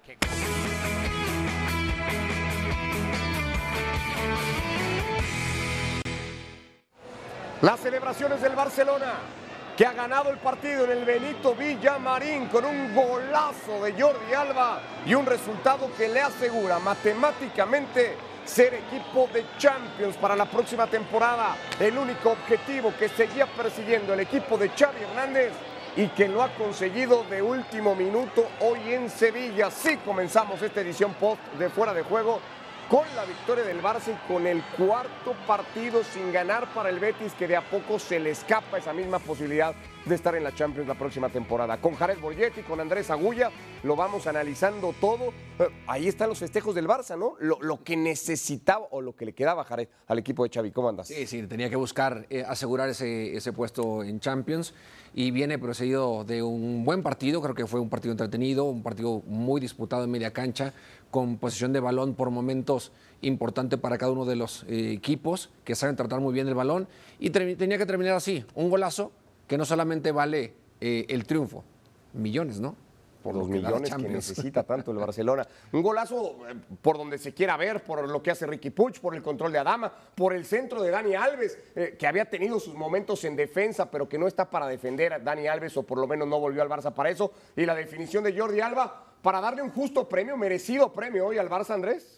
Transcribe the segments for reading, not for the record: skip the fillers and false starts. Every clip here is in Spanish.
Las celebraciones del Barcelona, que ha ganado el partido en el Benito Villamarín con un golazo de Jordi Alba y un resultado que le asegura matemáticamente ser equipo de Champions para la próxima temporada. El único objetivo que seguía persiguiendo el equipo de Xavi Hernández y que lo ha conseguido de último minuto hoy en Sevilla. Así comenzamos esta edición post de Fuera de Juego con la victoria del Barça y con el cuarto partido sin ganar para el Betis, que de a poco se le escapa esa misma posibilidad de estar en la Champions la próxima temporada. Con Jared Borgetti, con Andrés Agulla, lo vamos analizando todo. Ahí están los festejos del Barça, ¿no? Lo que necesitaba o lo que le quedaba, Jared, al equipo de Xavi. ¿Cómo andas? Sí, tenía que buscar asegurar ese puesto en Champions y viene precedido de un buen partido. Creo que fue un partido entretenido, un partido muy disputado en media cancha, con posesión de balón por momentos importante para cada uno de los equipos que saben tratar muy bien el balón, y tenía que terminar así, un golazo que no solamente vale el triunfo, millones, ¿no? Por los millones que necesita tanto el Barcelona. Un golazo por donde se quiera ver, por lo que hace Riqui Puig, por el control de Adama, por el centro de Dani Alves, que había tenido sus momentos en defensa, pero que no está para defender a Dani Alves, o por lo menos no volvió al Barça para eso. Y la definición de Jordi Alba para darle un justo premio, merecido premio hoy al Barça, Andrés.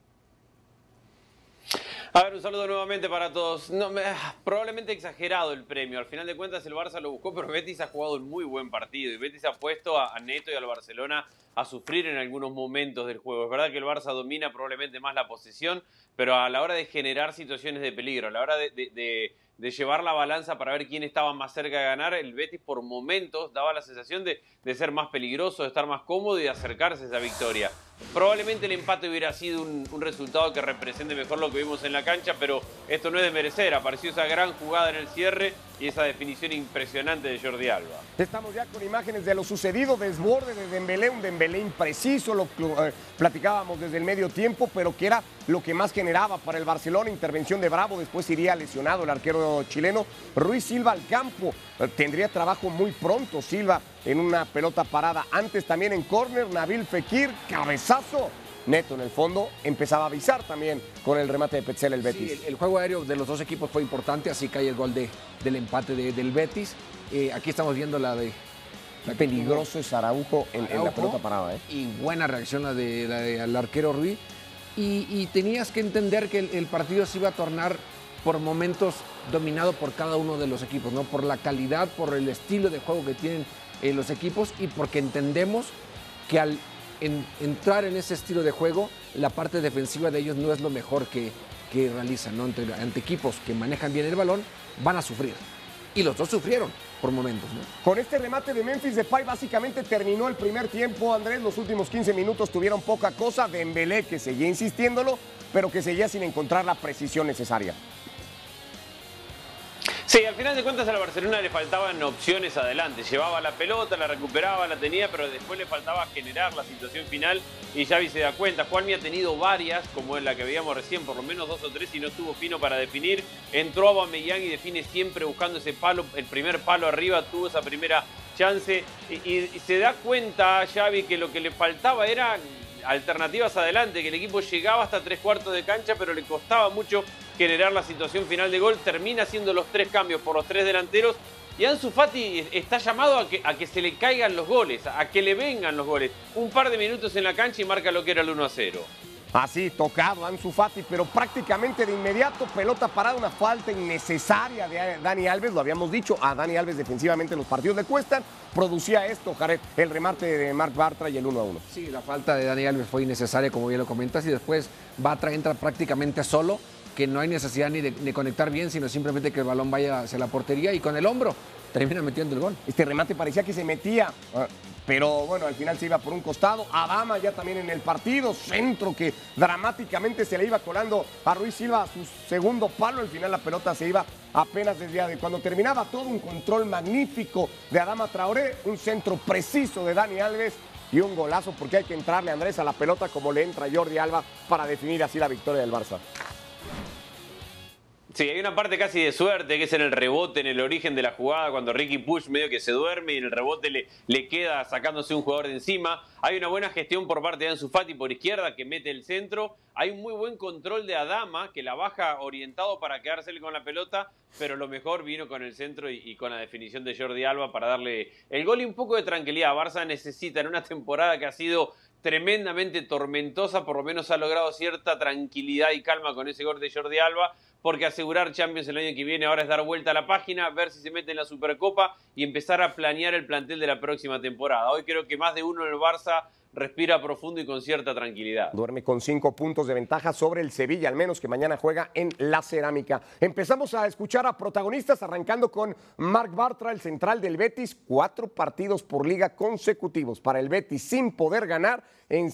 A ver, un saludo nuevamente para todos. Probablemente exagerado el premio. Al final de cuentas el Barça lo buscó, pero Betis ha jugado un muy buen partido. Y Betis ha puesto a Neto y al Barcelona a sufrir en algunos momentos del juego. Es verdad que el Barça domina probablemente más la posesión, pero a la hora de generar situaciones de peligro, a la hora de llevar la balanza para ver quién estaba más cerca de ganar, el Betis por momentos daba la sensación de ser más peligroso, de estar más cómodo y de acercarse a esa victoria. Probablemente el empate hubiera sido un resultado que represente mejor lo que vimos en la cancha, pero esto no es de merecer. Apareció esa gran jugada en el cierre y esa definición impresionante de Jordi Alba. Estamos ya con imágenes de lo sucedido, desborde de Dembélé, un Dembélé impreciso, lo platicábamos desde el medio tiempo, pero que era lo que más generaba para el Barcelona. Intervención de Bravo, después iría lesionado el arquero chileno. Ruiz Silva al campo, tendría trabajo muy pronto Silva en una pelota parada. Antes también en córner, Nabil Fekir, cabezazo. Neto en el fondo empezaba a avisar también con el remate de Petzela el Betis. Sí, el juego aéreo de los dos equipos fue importante, así cae el gol del empate del Betis. Aquí estamos viendo la de... Peligroso es Araujo en la pelota parada. Y buena reacción la del arquero Ruiz. Y tenías que entender que el partido se iba a tornar por momentos dominado por cada uno de los equipos, ¿no? Por la calidad, por el estilo de juego que tienen los equipos, y porque entendemos que al entrar en ese estilo de juego, la parte defensiva de ellos no es lo mejor que realizan, ¿no? Ante equipos que manejan bien el balón, van a sufrir. Y los dos sufrieron por momentos, ¿no? Con este remate de Memphis Depay básicamente terminó el primer tiempo, Andrés. Los últimos 15 minutos tuvieron poca cosa. Dembélé, que seguía insistiéndolo, pero que seguía sin encontrar la precisión necesaria. Sí, al final de cuentas a la Barcelona le faltaban opciones adelante. Llevaba la pelota, la recuperaba, la tenía, pero después le faltaba generar la situación final y Xavi se da cuenta. Juanmi ha tenido varias, como en la que veíamos recién, por lo menos 2 o 3, y no estuvo fino para definir. Entró Aubameyang y define siempre buscando ese palo, el primer palo arriba, tuvo esa primera chance y se da cuenta Xavi que lo que le faltaba era alternativas adelante, que el equipo llegaba hasta 3/4 de cancha, pero le costaba mucho generar la situación final de gol. Termina haciendo los 3 cambios por los 3 delanteros y Ansu Fati está llamado a que se le caigan los goles, a que le vengan los goles. Un par de minutos en la cancha y marca lo que era el 1-0. Así, tocado Ansu Fati, pero prácticamente de inmediato, pelota parada, una falta innecesaria de Dani Alves. Lo habíamos dicho, a Dani Alves defensivamente los partidos le cuestan. Producía esto, Jared, el remate de Marc Bartra y el 1-1. Sí, la falta de Dani Alves fue innecesaria, como bien lo comentas, y después Bartra entra prácticamente solo, que no hay necesidad ni de conectar bien, sino simplemente que el balón vaya hacia la portería y con el hombro termina metiendo el gol. Este remate parecía que se metía, pero bueno, al final se iba por un costado. Adama ya también en el partido, centro que dramáticamente se le iba colando a Ruiz Silva a su segundo palo. Al final la pelota se iba apenas desviada. Y cuando terminaba todo, un control magnífico de Adama Traoré, un centro preciso de Dani Alves y un golazo, porque hay que entrarle, Andrés, a la pelota, pelota, como le entra Jordi Alba para definir así la victoria del Barça. 1-0 el 1-0 Sí, hay una parte casi de suerte, que es en el rebote, en el origen de la jugada, cuando Riqui Puig medio que se duerme y en el rebote le queda sacándose un jugador de encima. Hay una buena gestión por parte de Ansu Fati por izquierda, que mete el centro. Hay un muy buen control de Adama, que la baja orientado para quedársele con la pelota, pero lo mejor vino con el centro y con la definición de Jordi Alba para darle el gol y un poco de tranquilidad. Barça necesita en una temporada que ha sido tremendamente tormentosa, por lo menos ha logrado cierta tranquilidad y calma con ese gol de Jordi Alba, porque asegurar Champions el año que viene ahora es dar vuelta a la página, ver si se mete en la Supercopa y empezar a planear el plantel de la próxima temporada. Hoy creo que más de uno en el Barça respira profundo y con cierta tranquilidad. Duerme con 5 puntos de ventaja sobre el Sevilla, al menos que mañana juega en la Cerámica. Empezamos a escuchar a protagonistas, arrancando con Marc Bartra, el central del Betis. 4 partidos por liga consecutivos para el Betis sin poder ganar en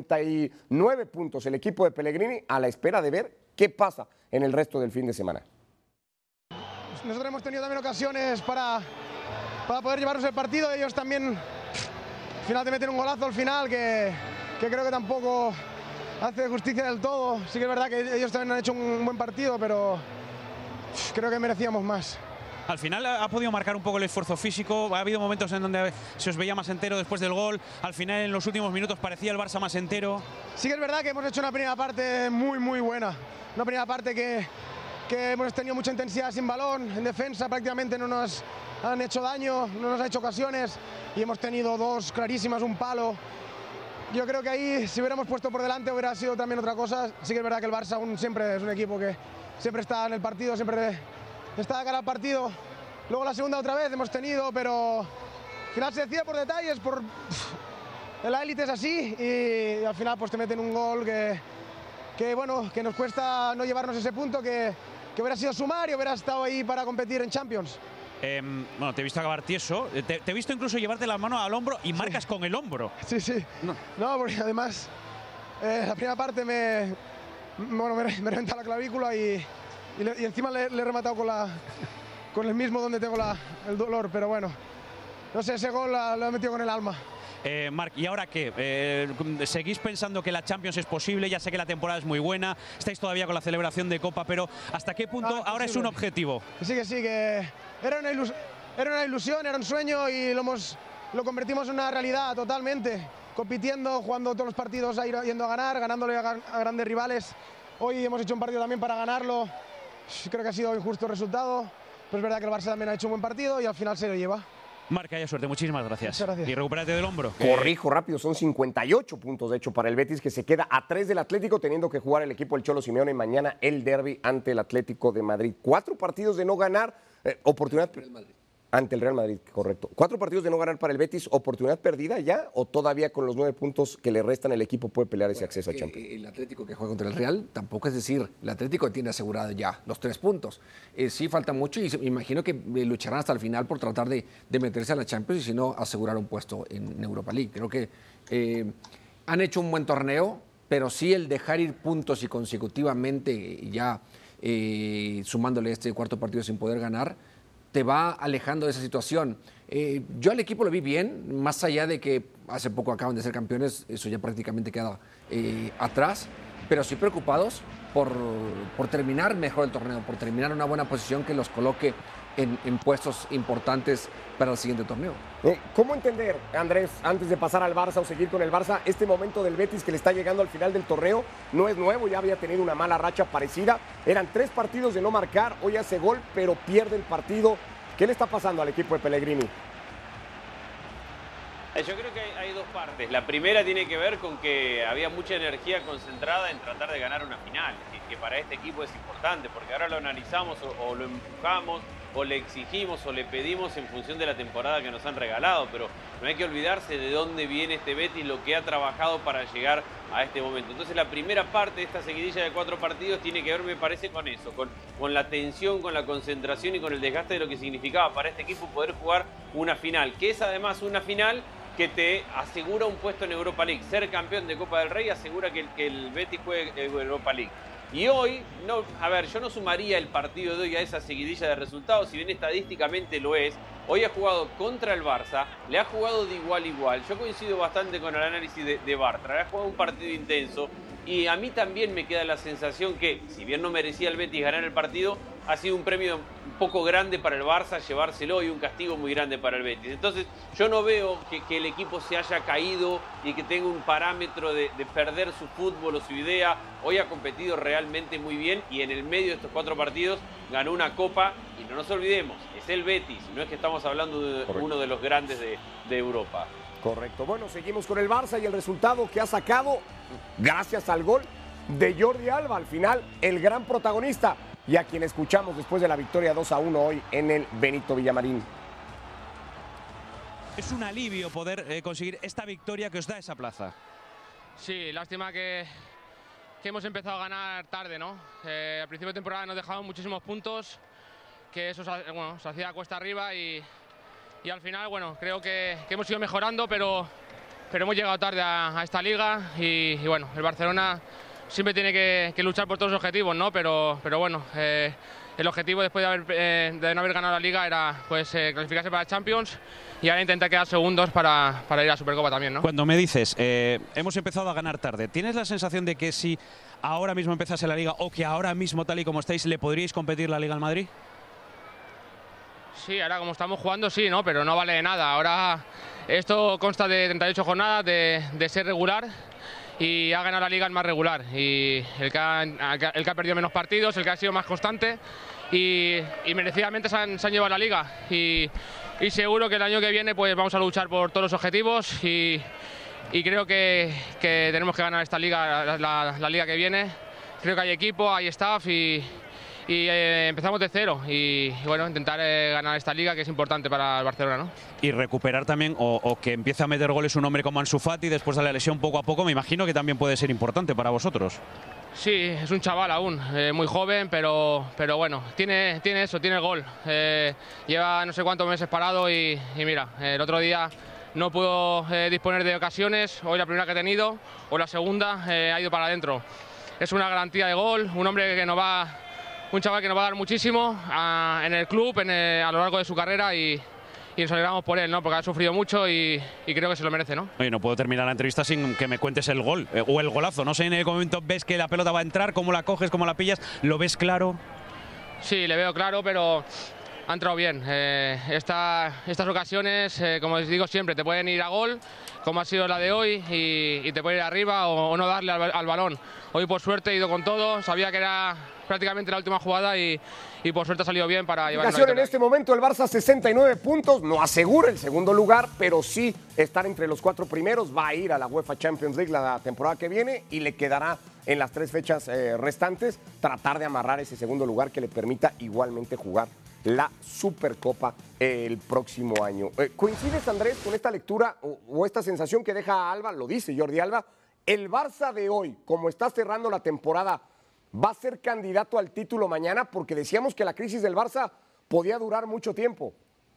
59 puntos. El equipo de Pellegrini a la espera de ver qué pasa en el resto del fin de semana. Nosotros hemos tenido también ocasiones para poder llevarnos el partido. Ellos también, al final te meten un golazo al final que creo que tampoco hace justicia del todo. Sí que es verdad que ellos también han hecho un buen partido, pero creo que merecíamos más. Al final ha podido marcar un poco el esfuerzo físico, ha habido momentos en donde se os veía más entero después del gol, al final en los últimos minutos parecía el Barça más entero. Sí que es verdad que hemos hecho una primera parte muy buena, una primera parte que hemos tenido mucha intensidad sin balón, en defensa prácticamente no nos han hecho daño, no nos ha hecho ocasiones y hemos tenido 2 clarísimas, un palo. Yo creo que ahí si hubiéramos puesto por delante hubiera sido también otra cosa. Sí que es verdad que el Barça aún siempre es un equipo que siempre está en el partido, siempre está de cara al partido. Luego la segunda otra vez hemos tenido, pero al final se decide por detalles, la élite es así y al final pues te meten un gol que bueno, que nos cuesta no llevarnos ese punto que hubiera sido sumar y hubiera estado ahí para competir en Champions. Bueno, te he visto acabar tieso, te he visto incluso llevarte la mano al hombro y marcas con el hombro. Sí. No, porque además la primera parte me reventa la clavícula y encima le he rematado con el mismo donde tengo el dolor, pero bueno, no sé, ese gol lo he metido con el alma. Marc, ¿y ahora qué? ¿Seguís pensando que la Champions es posible? Ya sé que la temporada es muy buena, estáis todavía con la celebración de Copa, pero ¿hasta qué punto ahora es un objetivo? Sí, que era una ilusión, era un sueño y lo convertimos en una realidad totalmente, compitiendo, jugando todos los partidos, yendo a ganar, ganándole a grandes rivales. Hoy hemos hecho un partido también para ganarlo, creo que ha sido injusto el resultado, pero es verdad que el Barça también ha hecho un buen partido y al final se lo lleva. Marc, haya suerte, muchísimas gracias. Muchas gracias. Y recupérate del hombro. Corrijo rápido, son 58 puntos de hecho para el Betis, que se queda a 3 del Atlético, teniendo que jugar el equipo del Cholo Simeone mañana el derbi ante el Atlético de Madrid. 4 partidos de no ganar, oportunidad ante el Real Madrid, correcto. 4 partidos de no ganar para el Betis, oportunidad perdida ya, o todavía con los 9 puntos que le restan el equipo puede pelear ese acceso a Champions. El Atlético que juega contra el Real tampoco es decir, el Atlético tiene asegurado ya los 3 puntos. Sí falta mucho y me imagino que lucharán hasta el final por tratar de meterse a la Champions y si no asegurar un puesto en Europa League. Creo que han hecho un buen torneo, pero sí el dejar ir puntos y consecutivamente ya sumándole este 4º partido sin poder ganar, te va alejando de esa situación. Yo al equipo lo vi bien, más allá de que hace poco acaban de ser campeones, eso ya prácticamente queda atrás, pero sí preocupados por terminar mejor el torneo, por terminar en una buena posición que los coloque en puestos importantes para el siguiente torneo. ¿Cómo entender, Andrés, antes de pasar al Barça o seguir con el Barça, este momento del Betis que le está llegando al final del torneo? No es nuevo, ya había tenido una mala racha parecida. Eran 3 partidos de no marcar, hoy hace gol, pero pierde el partido. ¿Qué le está pasando al equipo de Pellegrini? Yo creo que hay 2 partes. La primera tiene que ver con que había mucha energía concentrada en tratar de ganar una final, que para este equipo es importante, porque ahora lo analizamos o lo empujamos, o le exigimos o le pedimos en función de la temporada que nos han regalado, pero no hay que olvidarse de dónde viene este Betis, lo que ha trabajado para llegar a este momento. Entonces la primera parte de esta seguidilla de 4 partidos tiene que ver, me parece, con eso, con la tensión, con la concentración y con el desgaste de lo que significaba para este equipo poder jugar una final, que es además una final que te asegura un puesto en Europa League. Ser campeón de Copa del Rey asegura que el Betis juegue en Europa League. Y hoy, yo no sumaría el partido de hoy a esa seguidilla de resultados, si bien estadísticamente lo es. Hoy ha jugado contra el Barça, le ha jugado de igual a igual. Yo coincido bastante con el análisis de Bartra. Le ha jugado un partido intenso, Y a mí también me queda la sensación que, si bien no merecía el Betis ganar el partido, ha sido un premio un poco grande para el Barça llevárselo y un castigo muy grande para el Betis. Entonces yo no veo que el equipo se haya caído y que tenga un parámetro de perder su fútbol o su idea. Hoy ha competido realmente muy bien y en el medio de estos 4 partidos ganó una copa. Y no nos olvidemos, es el Betis, no es que estamos hablando de uno de los grandes de Europa. Correcto. Bueno, seguimos con el Barça y el resultado que ha sacado gracias al gol de Jordi Alba. Al final, el gran protagonista y a quien escuchamos después de la victoria 2-1 hoy en el Benito Villamarín. Es un alivio poder conseguir esta victoria que os da esa plaza. Sí, lástima que hemos empezado a ganar tarde, ¿no? Al principio de temporada nos dejaban muchísimos puntos, que eso bueno, se hacía cuesta arriba y al final, bueno, creo que hemos ido mejorando, pero hemos llegado tarde a esta liga y bueno, el Barcelona siempre tiene que luchar por todos los objetivos, ¿no? Pero bueno, el objetivo después de no haber ganado la liga era pues clasificarse para Champions y ahora intentar quedar segundos para ir a Supercopa también, ¿no? Cuando me dices, hemos empezado a ganar tarde, ¿tienes la sensación de que si ahora mismo empezase la liga o que ahora mismo, tal y como estáis, le podríais competir la liga al Madrid? Sí, ahora como estamos jugando sí, ¿no? Pero no vale de nada. Ahora esto consta de 38 jornadas, de ser regular y ha ganado la liga el más regular. Y el que ha perdido menos partidos, el que ha sido más constante y merecidamente se han llevado la liga. Y seguro que el año que viene pues vamos a luchar por todos los objetivos y creo que tenemos que ganar esta liga, la liga que viene. Creo que hay equipo, hay staff y empezamos de cero y bueno, intentar ganar esta liga que es importante para el Barcelona, ¿no? Y recuperar también o que empiece a meter goles un hombre como Ansu Fati después de la lesión poco a poco, me imagino que también puede ser importante para vosotros. Sí, es un chaval aún, muy joven, pero bueno, tiene eso, tiene el gol. Lleva no sé cuántos meses parado y mira, el otro día no pudo disponer de ocasiones, hoy la primera que ha tenido, o la segunda ha ido para adentro. Es una garantía de gol, un hombre que un chaval que nos va a dar muchísimo en el club, a lo largo de su carrera y nos alegramos por él, ¿no? Porque ha sufrido mucho y creo que se lo merece, ¿no? Oye, no puedo terminar la entrevista sin que me cuentes el gol o el golazo. No sé en qué momento ves que la pelota va a entrar, cómo la coges, cómo la pillas, ¿lo ves claro? Sí, le veo claro, pero ha entrado bien. Estas ocasiones, como les digo siempre, te pueden ir a gol, como ha sido la de hoy, y te puede ir arriba o no darle al balón. Hoy por suerte he ido con todo, sabía que era prácticamente la última jugada y por suerte ha salido bien para llevar la victoria. En este momento el Barça 69 puntos, no asegura el segundo lugar, pero sí estar entre los 4 primeros, va a ir a la UEFA Champions League la temporada que viene y le quedará en las 3 fechas restantes tratar de amarrar ese segundo lugar que le permita igualmente jugar la Supercopa el próximo año. ¿Coincides, Andrés, con esta lectura o esta sensación que deja Alba? Lo dice Jordi Alba. El Barça de hoy, como está cerrando la temporada, ¿va a ser candidato al título mañana? Porque decíamos que la crisis del Barça podía durar mucho tiempo.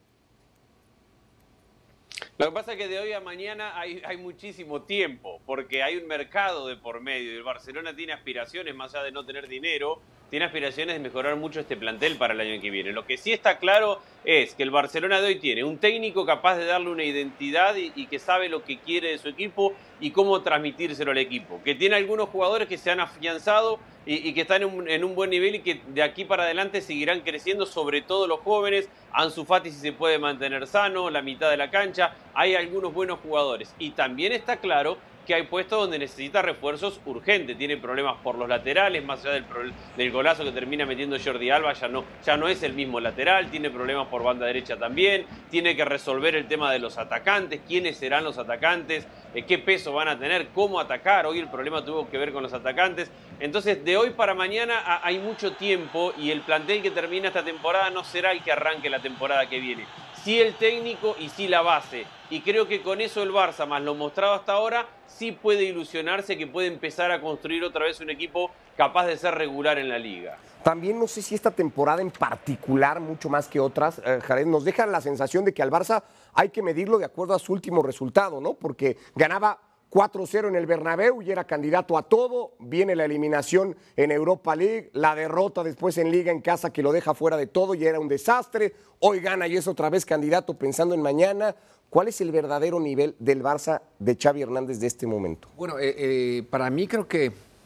Lo que pasa es que de hoy a mañana hay muchísimo tiempo, porque hay un mercado de por medio. Y el Barcelona tiene aspiraciones, más allá de no tener dinero, tiene aspiraciones de mejorar mucho este plantel para el año que viene. Lo que sí está claro es que el Barcelona de hoy tiene un técnico capaz de darle una identidad y que sabe lo que quiere de su equipo y cómo transmitírselo al equipo. Que tiene algunos jugadores que se han afianzado y que están en un buen nivel y que de aquí para adelante seguirán creciendo, sobre todo los jóvenes. Ansu Fati, si se puede mantener sano, la mitad de la cancha. Hay algunos buenos jugadores. Y también está claro que hay puestos donde necesita refuerzos urgentes. Tiene problemas por los laterales, más allá del golazo que termina metiendo Jordi Alba, ya no es el mismo lateral. Tiene problemas por banda derecha también. Tiene que resolver el tema de los atacantes. ¿Quiénes serán los atacantes? ¿Qué peso van a tener? ¿Cómo atacar? Hoy el problema tuvo que ver con los atacantes. Entonces, de hoy para mañana hay mucho tiempo y el plantel que termina esta temporada no será el que arranque la temporada que viene. Sí el técnico y sí la base. Y creo que con eso el Barça, más lo mostrado hasta ahora, sí puede ilusionarse que puede empezar a construir otra vez un equipo capaz de ser regular en la liga. También no sé si esta temporada en particular, mucho más que otras, Jared, nos deja la sensación de que al Barça hay que medirlo de acuerdo a su último resultado, ¿no? Porque ganaba 4-0 en el Bernabéu y era candidato a todo. Viene la eliminación en Europa League, la derrota después en Liga en casa que lo deja fuera de todo y era un desastre. Hoy gana y es otra vez candidato pensando en mañana. ¿Cuál es el verdadero nivel del Barça de Xavi Hernández de este momento? Bueno, para mí creo que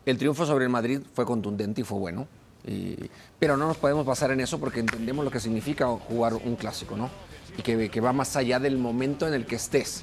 El triunfo sobre el Madrid fue contundente y fue bueno. Pero no nos podemos basar en eso porque entendemos lo que significa jugar un clásico, ¿no? Y que va más allá del momento en el que estés.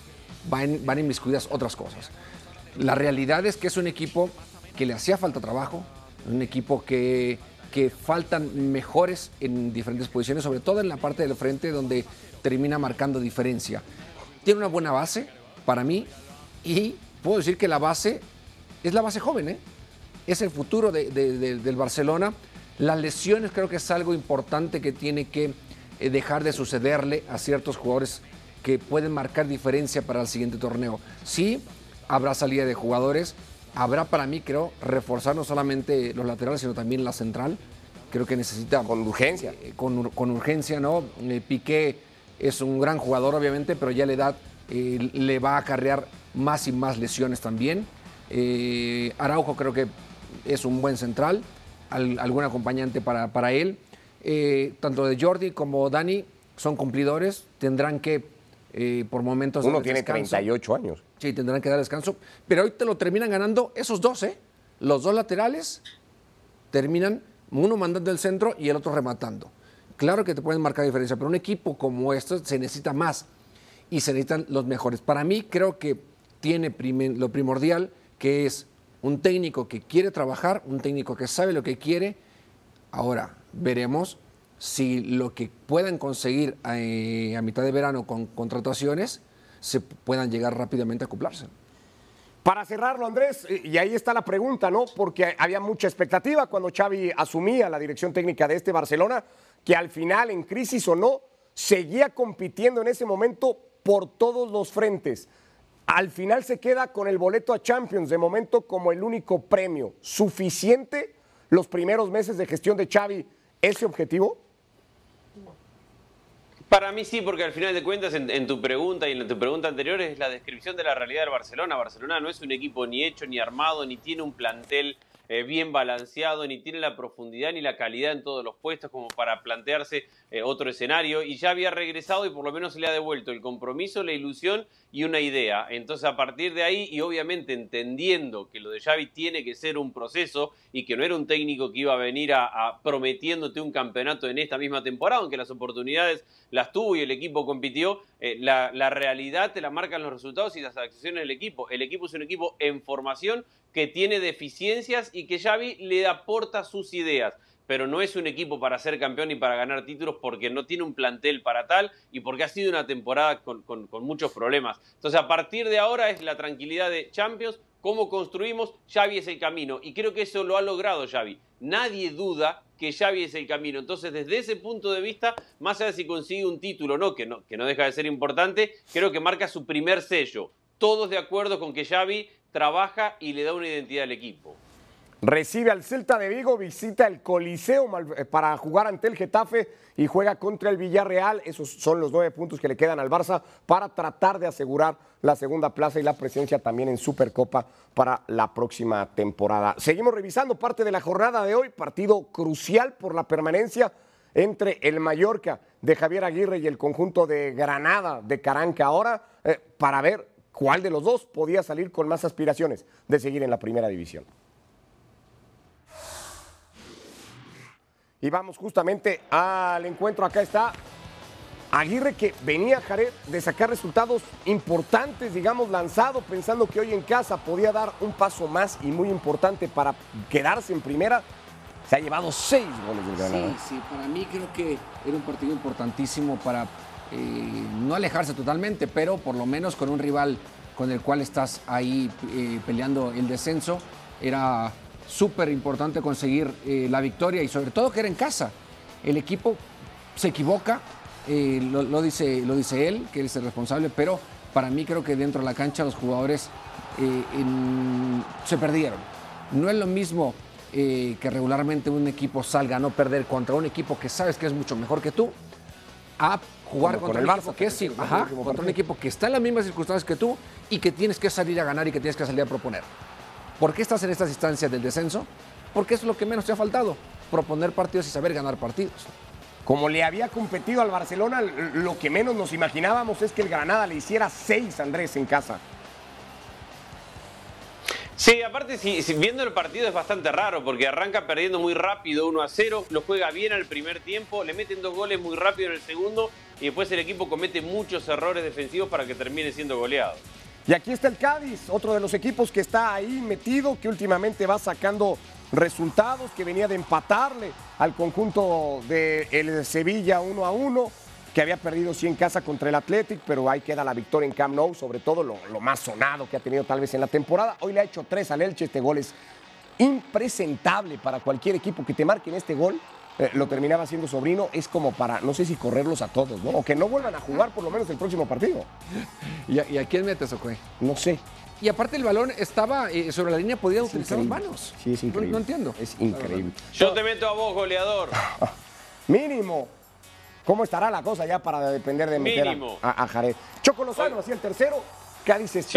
Van inmiscuidas otras cosas. La realidad es que es un equipo que le hacía falta trabajo, un equipo que faltan mejores en diferentes posiciones, sobre todo en la parte del frente donde termina marcando diferencia. Tiene una buena base para mí y puedo decir que la base es la base joven, ¿eh? Es el futuro del Barcelona. Las lesiones creo que es algo importante que tiene que dejar de sucederle a ciertos jugadores que pueden marcar diferencia para el siguiente torneo. Sí, habrá salida de jugadores, habrá para mí, creo, reforzar no solamente los laterales, sino también la central. Creo que necesita... Con urgencia. Con urgencia, ¿no? Piqué es un gran jugador, obviamente, pero ya la edad le va a acarrear más y más lesiones también. Araujo creo que es un buen central, algún acompañante para él. Tanto de Jordi como Dani son cumplidores, tendrán que por momentos... Uno tiene descanso. 38 años. Sí, tendrán que dar descanso, pero hoy te lo terminan ganando esos dos, ¿eh? Los dos laterales terminan, uno mandando el centro y el otro rematando. Claro que te pueden marcar diferencia, pero un equipo como este se necesita más y se necesitan los mejores. Para mí creo que tiene lo primordial, que es un técnico que quiere trabajar, un técnico que sabe lo que quiere. Ahora veremos si lo que puedan conseguir a mitad de verano con contrataciones se puedan llegar rápidamente a acoplarse. Para cerrarlo, Andrés, y ahí está la pregunta, ¿no? Porque había mucha expectativa cuando Xavi asumía la dirección técnica de este Barcelona, que al final, en crisis o no, seguía compitiendo en ese momento por todos los frentes. Al final se queda con el boleto a Champions, de momento como el único premio. ¿Suficiente los primeros meses de gestión de Xavi ese objetivo? Para mí sí, porque al final de cuentas en tu pregunta y en tu pregunta anterior es la descripción de la realidad del Barcelona. Barcelona no es un equipo ni hecho, ni armado, ni tiene un plantel bien balanceado, ni tiene la profundidad ni la calidad en todos los puestos como para plantearse otro escenario. Y ya había regresado y por lo menos se le ha devuelto el compromiso, la ilusión y una idea. Entonces a partir de ahí, y obviamente entendiendo que lo de Xavi tiene que ser un proceso y que no era un técnico que iba a venir prometiéndote un campeonato en esta misma temporada, aunque las oportunidades las tuvo y el equipo compitió, la realidad te la marcan los resultados y las acciones del equipo. El equipo es un equipo en formación que tiene deficiencias y que Xavi le aporta sus ideas, pero no es un equipo para ser campeón y para ganar títulos porque no tiene un plantel para tal y porque ha sido una temporada con muchos problemas. Entonces a partir de ahora es la tranquilidad de Champions, cómo construimos, Xavi es el camino y creo que eso lo ha logrado Xavi. Nadie duda que Xavi es el camino. Entonces, desde ese punto de vista, más allá de si consigue un título o no, que no deja de ser importante, creo que marca su primer sello. Todos de acuerdo con que Xavi trabaja y le da una identidad al equipo. Recibe al Celta de Vigo, visita el Coliseo para jugar ante el Getafe y juega contra el Villarreal. Esos son los 9 puntos que le quedan al Barça para tratar de asegurar la segunda plaza y la presencia también en Supercopa para la próxima temporada. Seguimos revisando parte de la jornada de hoy, partido crucial por la permanencia entre el Mallorca de Javier Aguirre y el conjunto de Granada de Caranca ahora, para ver cuál de los dos podía salir con más aspiraciones de seguir en la primera división. Y vamos justamente al encuentro. Acá está Aguirre, que venía, Jared, de sacar resultados importantes, digamos, lanzado, pensando que hoy en casa podía dar un paso más y muy importante para quedarse en primera. Se ha llevado 6 goles del Granada. Sí, para mí creo que era un partido importantísimo para no alejarse totalmente, pero por lo menos con un rival con el cual estás ahí peleando el descenso. Era súper importante conseguir la victoria y sobre todo que era en casa. El equipo se equivoca, lo dice él, que es el responsable, pero para mí creo que dentro de la cancha los jugadores se perdieron. No es lo mismo que regularmente un equipo salga a no perder contra un equipo que sabes que es mucho mejor que tú, a jugar contra el Barça, que es contra un equipo que está en las mismas circunstancias que tú y que tienes que salir a ganar y que tienes que salir a proponer. ¿Por qué estás en estas instancias del descenso? Porque es lo que menos te ha faltado, proponer partidos y saber ganar partidos. Como le había competido al Barcelona, lo que menos nos imaginábamos es que el Granada le hiciera 6, Andrés, en casa. Sí, aparte, viendo el partido es bastante raro, porque arranca perdiendo muy rápido 1-0, lo juega bien al primer tiempo, le meten 2 goles muy rápido en el segundo, y después el equipo comete muchos errores defensivos para que termine siendo goleado. Y aquí está el Cádiz, otro de los equipos que está ahí metido, que últimamente va sacando resultados, que venía de empatarle al conjunto del Sevilla 1-1, que había perdido sí en casa contra el Athletic, pero ahí queda la victoria en Camp Nou, sobre todo lo más sonado que ha tenido tal vez en la temporada. Hoy le ha hecho 3 al Elche, este gol es impresentable para cualquier equipo que te marquen este gol. Lo terminaba siendo Sobrino, es como para, no sé si correrlos a todos, ¿no? O que no vuelvan a jugar por lo menos el próximo partido. ¿Y a quién metes, Ocoy? No sé. Y aparte el balón estaba sobre la línea, podía utilizar las manos. Sí, es increíble. No entiendo. Es increíble. Yo te meto a vos, goleador. Mínimo. ¿Cómo estará la cosa ya para depender de meter a Jared? Choco Lozano hacía el tercero. Cádiz está.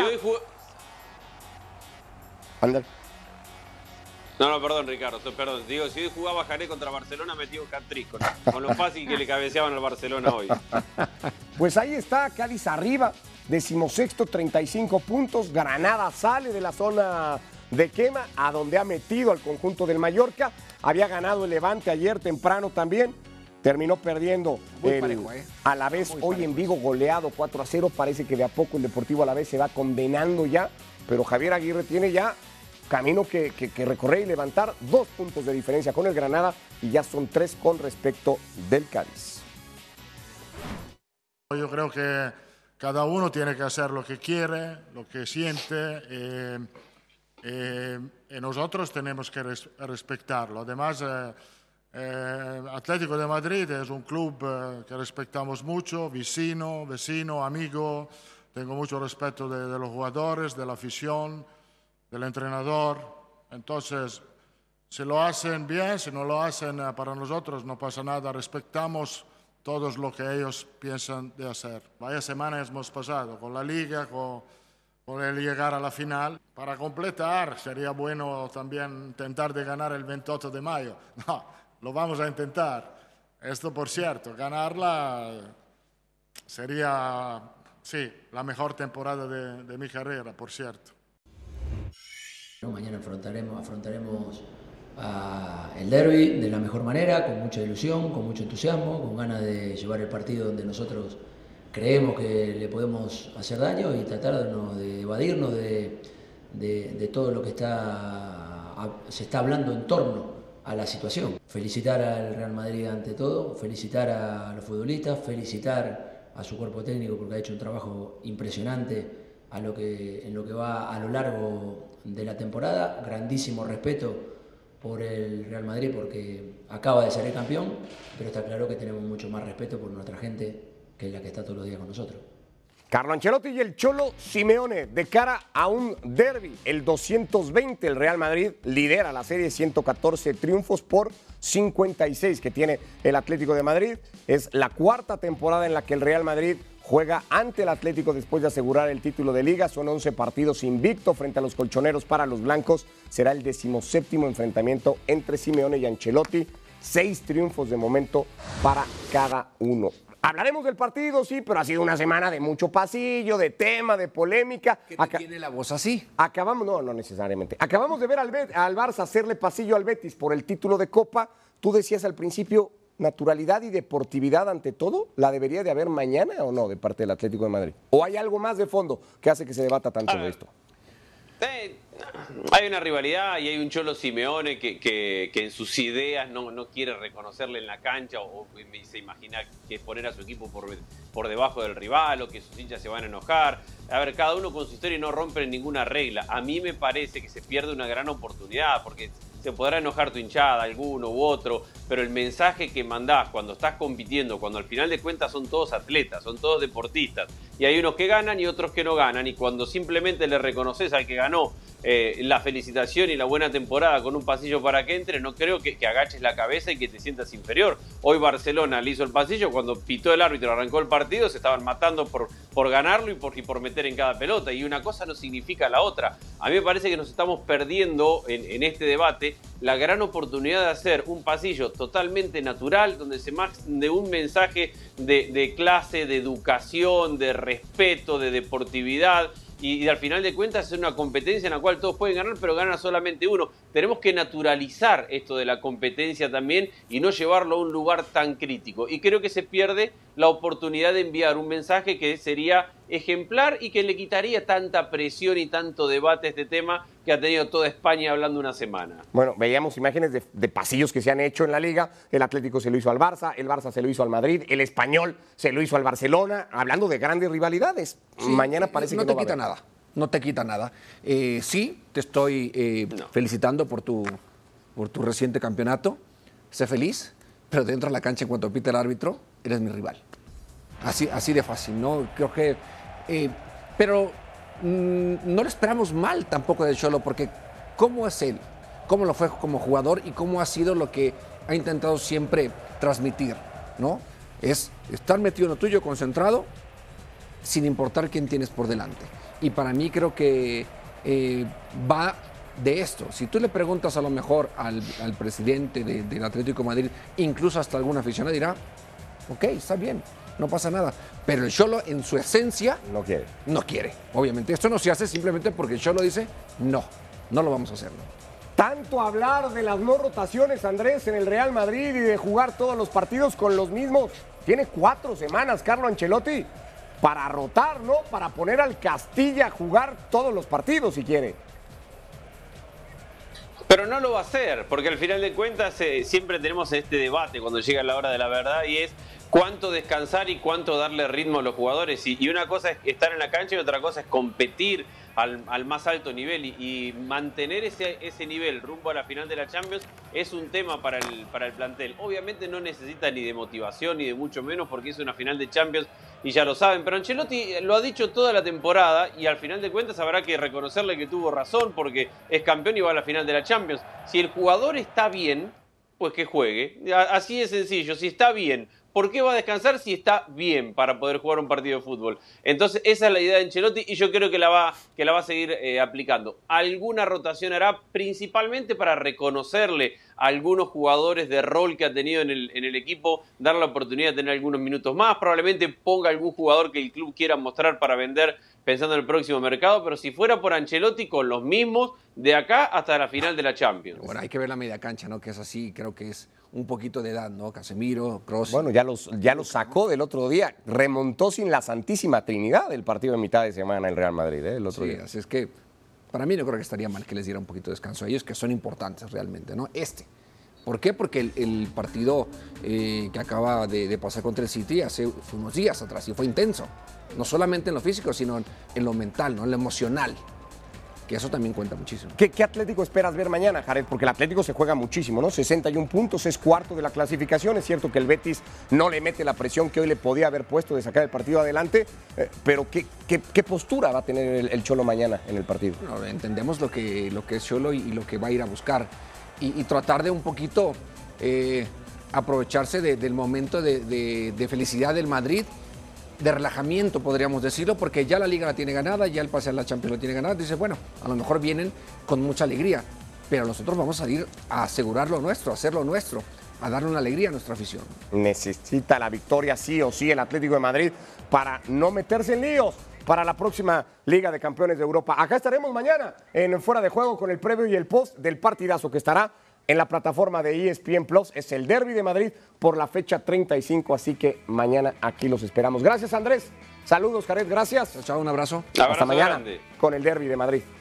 Andale. No, perdón, Ricardo, perdón. Digo, si hoy jugaba Jared contra Barcelona, metía un hat-trick con lo fácil que le cabeceaban al Barcelona hoy. Pues ahí está, Cádiz arriba, 16º, 35 puntos. Granada sale de la zona de quema, a donde ha metido al conjunto del Mallorca. Había ganado el Levante ayer temprano también. Terminó perdiendo Alavés hoy en Vigo, goleado 4-0. Parece que de a poco el Deportivo Alavés se va condenando ya, pero Javier Aguirre tiene ya camino que recorrer y levantar 2 puntos de diferencia con el Granada y ya son 3 con respecto del Cádiz. Yo creo que cada uno tiene que hacer lo que quiere, lo que siente, y nosotros tenemos que respetarlo. Además, Atlético de Madrid es un club que respetamos mucho, vecino, amigo. Tengo mucho respeto de los jugadores, de la afición, del entrenador. Entonces, si lo hacen bien, si no lo hacen para nosotros, no pasa nada. Respetamos todo lo que ellos piensan de hacer. Vaya semana hemos pasado con la Liga, con el llegar a la final. Para completar, sería bueno también intentar de ganar el 28 de mayo. No, lo vamos a intentar. Esto, por cierto, ganarla sería, sí, la mejor temporada de mi carrera, por cierto. Mañana afrontaremos el derbi de la mejor manera, con mucha ilusión, con mucho entusiasmo, con ganas de llevar el partido donde nosotros creemos que le podemos hacer daño y tratar de evadirnos de todo lo que se está hablando en torno a la situación. Felicitar al Real Madrid ante todo, felicitar a los futbolistas, felicitar a su cuerpo técnico porque ha hecho un trabajo impresionante en lo que va a lo largo de la temporada. Grandísimo respeto por el Real Madrid porque acaba de ser el campeón, pero está claro que tenemos mucho más respeto por nuestra gente que es la que está todos los días con nosotros. Carlo Ancelotti y el Cholo Simeone de cara a un derbi, el 220. El Real Madrid lidera la serie, 114 triunfos por 56 que tiene el Atlético de Madrid. Es la 4ª temporada en la que el Real Madrid juega ante el Atlético después de asegurar el título de Liga. Son 11 partidos invicto frente a los colchoneros para los blancos. Será el 17º enfrentamiento entre Simeone y Ancelotti. 6 triunfos de momento para cada uno. Hablaremos del partido, sí, pero ha sido una semana de mucho pasillo, de tema, de polémica. ¿Qué tiene la voz así? No necesariamente. Acabamos de ver al Barça hacerle pasillo al Betis por el título de Copa. Tú decías al principio, naturalidad y deportividad ante todo, ¿la debería de haber mañana o no de parte del Atlético de Madrid? ¿O hay algo más de fondo que hace que se debata tanto de esto? Hay una rivalidad y hay un Cholo Simeone que en sus ideas no quiere reconocerle en la cancha o se imagina que poner a su equipo por debajo del rival o que sus hinchas se van a enojar. A ver, cada uno con su historia y no rompen ninguna regla. A mí me parece que se pierde una gran oportunidad porque se podrá enojar tu hinchada, alguno u otro, pero el mensaje que mandás cuando estás compitiendo, cuando al final de cuentas son todos atletas, son todos deportistas, y hay unos que ganan y otros que no ganan, y cuando simplemente le reconoces al que ganó la felicitación y la buena temporada con un pasillo para que entre, no creo que agaches la cabeza y que te sientas inferior. Hoy Barcelona le hizo el pasillo, cuando pitó el árbitro, arrancó el partido, se estaban matando por ganarlo y por meter en cada pelota, y una cosa no significa la otra. A mí me parece que nos estamos perdiendo en este debate la gran oportunidad de hacer un pasillo totalmente natural, donde se mande un mensaje de clase, de educación, de respeto, de deportividad, y al final de cuentas es una competencia en la cual todos pueden ganar, pero gana solamente uno. Tenemos que naturalizar esto de la competencia también y no llevarlo a un lugar tan crítico. Y creo que se pierde la oportunidad de enviar un mensaje que sería ejemplar y que le quitaría tanta presión y tanto debate a este tema que ha tenido toda España hablando una semana. Bueno, veíamos imágenes de pasillos que se han hecho en la Liga. El Atlético se lo hizo al Barça, el Barça se lo hizo al Madrid, el Español se lo hizo al Barcelona, hablando de grandes rivalidades. Sí, mañana parece que no te quita nada. No te quita nada. Sí, te estoy felicitando por tu reciente campeonato. Sé feliz, pero dentro de la cancha, en cuanto pite el árbitro, eres mi rival. Así de fácil, ¿no? Creo que... pero no lo esperamos mal tampoco del Cholo, porque ¿cómo es él? ¿Cómo lo fue como jugador? Y cómo ha sido lo que ha intentado siempre transmitir, ¿no? Es estar metido en lo tuyo, concentrado, sin importar quién tienes por delante. Y para mí creo que va de esto. Si tú le preguntas a lo mejor al presidente del Atlético de Madrid, incluso hasta alguna aficionada, dirá, ok, está bien, no pasa nada. Pero el Cholo, en su esencia, no quiere. No quiere. Obviamente, esto no se hace simplemente porque el Cholo dice, no lo vamos a hacer. Tanto hablar de las no rotaciones, Andrés, en el Real Madrid y de jugar todos los partidos con los mismos. Tiene 4 semanas Carlo Ancelotti para rotar, ¿no? Para poner al Castilla a jugar todos los partidos si quiere. Pero no lo va a hacer, porque al final de cuentas siempre tenemos este debate cuando llega la hora de la verdad, y es cuánto descansar y cuánto darle ritmo a los jugadores. Y una cosa es estar en la cancha y otra cosa es competir al más alto nivel. Y mantener ese nivel rumbo a la final de la Champions es un tema para el plantel. Obviamente no necesita ni de motivación ni de mucho menos, porque es una final de Champions y ya lo saben. Pero Ancelotti lo ha dicho toda la temporada y al final de cuentas habrá que reconocerle que tuvo razón, porque es campeón y va a la final de la Champions. Si el jugador está bien, pues que juegue. Así de sencillo. Si está bien, ¿por qué va a descansar si está bien para poder jugar un partido de fútbol? Entonces esa es la idea de Ancelotti y yo creo que la va a seguir aplicando. Alguna rotación hará, principalmente para reconocerle a algunos jugadores de rol que ha tenido en el equipo, dar la oportunidad de tener algunos minutos más. Probablemente ponga algún jugador que el club quiera mostrar para vender pensando en el próximo mercado, pero si fuera por Ancelotti, con los mismos de acá hasta la final de la Champions. Bueno, hay que ver la media cancha, ¿no? Que es así, creo que es un poquito de edad, ¿no? Casemiro, Kroos. Bueno, ya los sacó del otro día. Remontó sin la Santísima Trinidad el partido de mitad de semana el Real Madrid, el otro día. Así es que para mí no creo que estaría mal que les diera un poquito de descanso a ellos, que son importantes realmente, ¿no? ¿Por qué? Porque el partido que acaba de pasar contra el City hace unos días atrás y fue intenso. No solamente en lo físico, sino en lo mental, ¿no? En lo emocional. Que eso también cuenta muchísimo. ¿Qué Atlético esperas ver mañana, Jared? Porque el Atlético se juega muchísimo, ¿no? 61 puntos, es cuarto de la clasificación. Es cierto que el Betis no le mete la presión que hoy le podía haber puesto de sacar el partido adelante, pero ¿qué postura va a tener el Cholo mañana en el partido? No, entendemos lo que es Cholo y lo que va a ir a buscar. Y tratar de un poquito aprovecharse del momento de felicidad del Madrid, de relajamiento, podríamos decirlo, porque ya la Liga la tiene ganada, ya el pase a la Champions la tiene ganada. Dice, bueno, a lo mejor vienen con mucha alegría, pero nosotros vamos a ir a asegurar lo nuestro, a hacer lo nuestro, a darle una alegría a nuestra afición. Necesita la victoria sí o sí el Atlético de Madrid para no meterse en líos para la próxima Liga de Campeones de Europa. Acá estaremos mañana en Fuera de Juego con el previo y el post del partidazo que estará en la plataforma de ESPN Plus. Es el Derby de Madrid por la fecha 35, así que mañana aquí los esperamos. Gracias, Andrés. Saludos, Jared, gracias. Chao, un abrazo. Hasta mañana con el Derby de Madrid.